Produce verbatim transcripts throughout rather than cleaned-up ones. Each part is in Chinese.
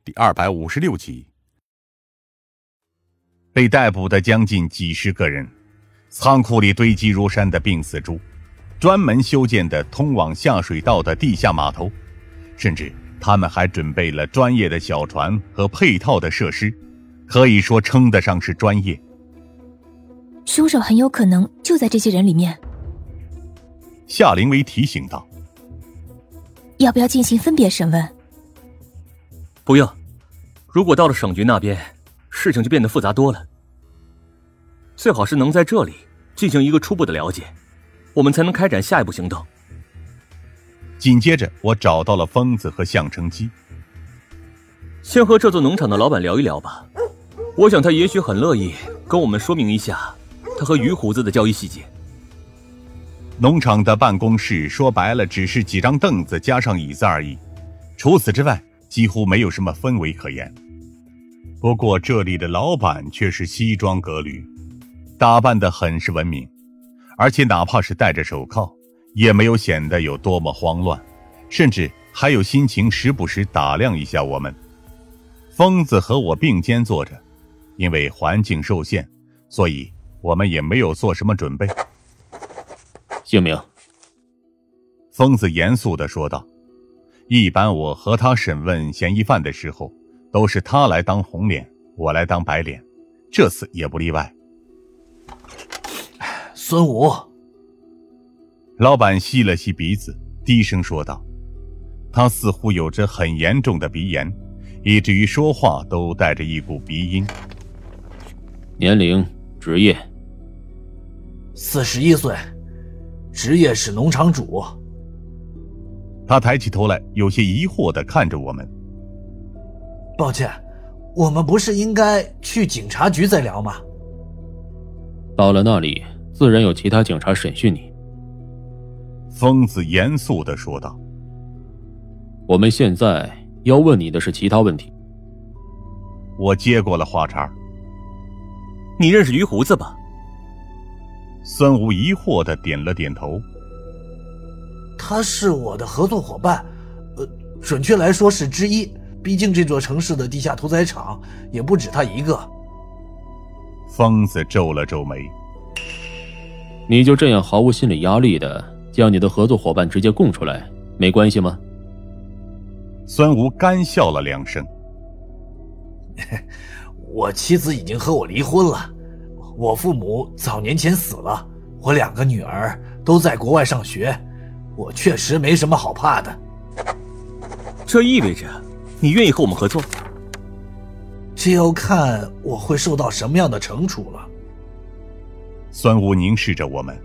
第二百五十六集。被逮捕的将近几十个人，仓库里堆积如山的病死猪，专门修建的通往下水道的地下码头，甚至他们还准备了专业的小船和配套的设施，可以说称得上是专业。 凶手很有可能就在这些人里面。 夏灵薇提醒道。 要不要进行分别审问？ 不用，如果到了省局那边，事情就变得复杂多了。最好是能在这里进行一个初步的了解，我们才能开展下一步行动。 紧接着我找到了疯子和项承基。 先和这座农场的老板聊一聊吧，我想他也许很乐意跟我们说明一下他和于胡子的交易细节。 农场的办公室说白了只是几张凳子加上椅子而已，除此之外几乎没有什么氛围可言。不过这里的老板却是西装革履，打扮得很是文明，而且哪怕是戴着手铐也没有显得有多么慌乱，甚至还有心情时不时打量一下我们。疯子和我并肩坐着，因为环境受限，所以我们也没有做什么准备。 姓名？ 疯子严肃地说道。一般我和他审问嫌疑犯的时候，都是他来当红脸，我来当白脸，这次也不例外。 孙武。 老板吸了吸鼻子，低声说道。他似乎有着很严重的鼻炎，以至于说话都带着一股鼻音。 年龄、职业？ 四十一岁，职业是农场主。 他抬起头来，有些疑惑地看着我们。 抱歉，我们不是应该去警察局再聊吗？ 到了那里，自然有其他警察审讯你。 疯子严肃地说道。 我们现在要问你的是其他问题。 我接过了话茬。 你认识于胡子吧？ 孙武疑惑地点了点头。 他是我的合作伙伴，呃，准确来说是之一，毕竟这座城市的地下屠宰场也不止他一个。 疯子皱了皱眉。 你就这样毫无心理压力的将你的合作伙伴直接供出来，没关系吗？ 孙吴干笑了两声。 我妻子已经和我离婚了，我父母早年前死了，我两个女儿都在国外上学，我确实没什么好怕的。 这意味着你愿意和我们合作？ 这要看我会受到什么样的惩处了。 孙武凝视着我们。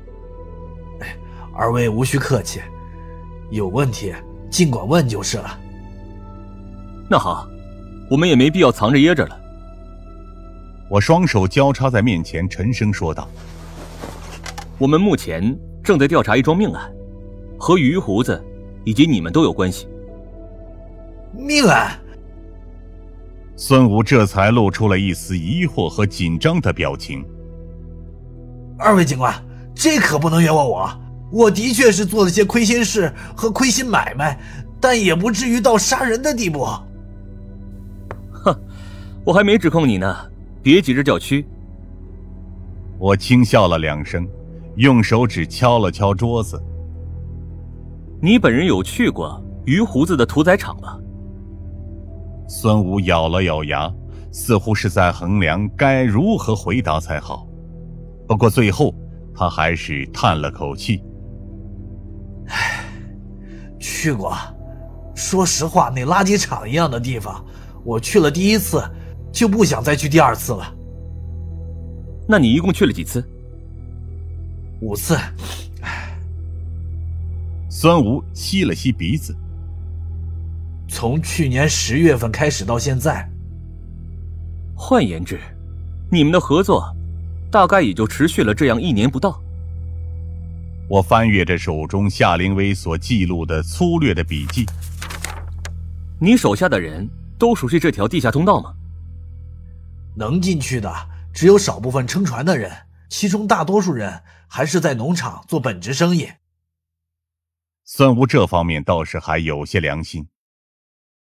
二位无需客气，有问题尽管问就是了。 那好，我们也没必要藏着掖着了。 我双手交叉在面前，沉声说道。 我们目前正在调查一桩命案，和于胡子以及你们都有关系。 命案？ 孙武这才露出了一丝疑惑和紧张的表情。 二位警官，这可不能冤枉我，我的确是做了些亏心事和亏心买卖，但也不至于到杀人的地步。 哼，我还没指控你呢，别急着叫屈。 我轻笑了两声，用手指敲了敲桌子。 你本人有去过于胡子的屠宰场吧？ 孙武咬了咬牙，似乎是在衡量该如何回答才好。不过最后他还是叹了口气。 唉，去过，说实话，那垃圾场一样的地方，我去了第一次，就不想再去第二次了。 那你一共去了几次？ 五次。 唉，孙吴吸了吸鼻子。 从去年十月份开始到现在。 换言之，你们的合作大概也就持续了这样一年不到。 我翻阅着手中夏灵薇所记录的粗略的笔记。 你手下的人都熟悉这条地下通道吗？ 能进去的只有少部分撑船的人，其中大多数人还是在农场做本职生意。 孙吴这方面倒是还有些良心。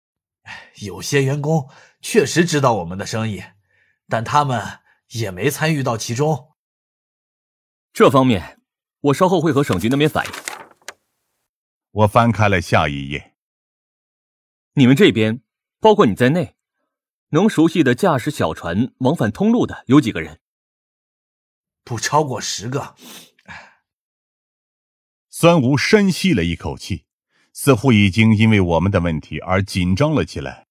有些员工确实知道我们的生意，但他们也没参与到其中。 这方面我稍后会和省局那边反映。 我翻开了下一页。 你们这边包括你在内，能熟悉的驾驶小船往返通路的有几个人？ 不超过十个。 孙吴深吸了一口气，似乎已经因为我们的问题而紧张了起来。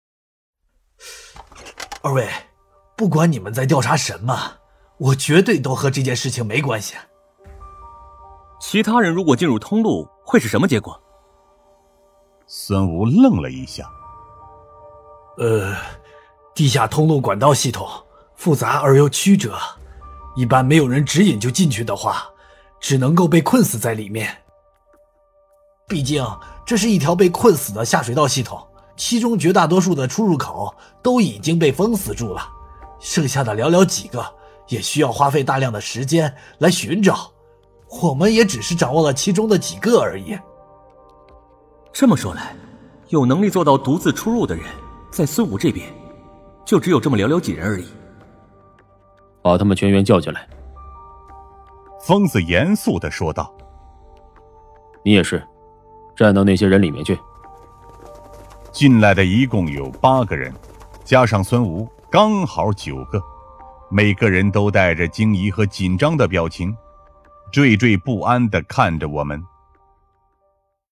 二位，不管你们在调查什么，我绝对都和这件事情没关系。 其他人如果进入通路，会是什么结果？ 孙吴愣了一下。 呃，地下通路管道系统复杂而又曲折，一般没有人指引就进去的话，只能够被困死在里面。毕竟这是一条被困死的下水道系统，其中绝大多数的出入口都已经被封死住了，剩下的寥寥几个也需要花费大量的时间来寻找，我们也只是掌握了其中的几个而已。 这么说来，有能力做到独自出入的人，在孙武这边就只有这么寥寥几人而已。 把他们全员叫进来。 疯子严肃地说道。 你也是，站到那些人里面去。 进来的一共有八个人，加上孙吴，刚好九个，每个人都带着惊疑和紧张的表情，惴惴不安地看着我们。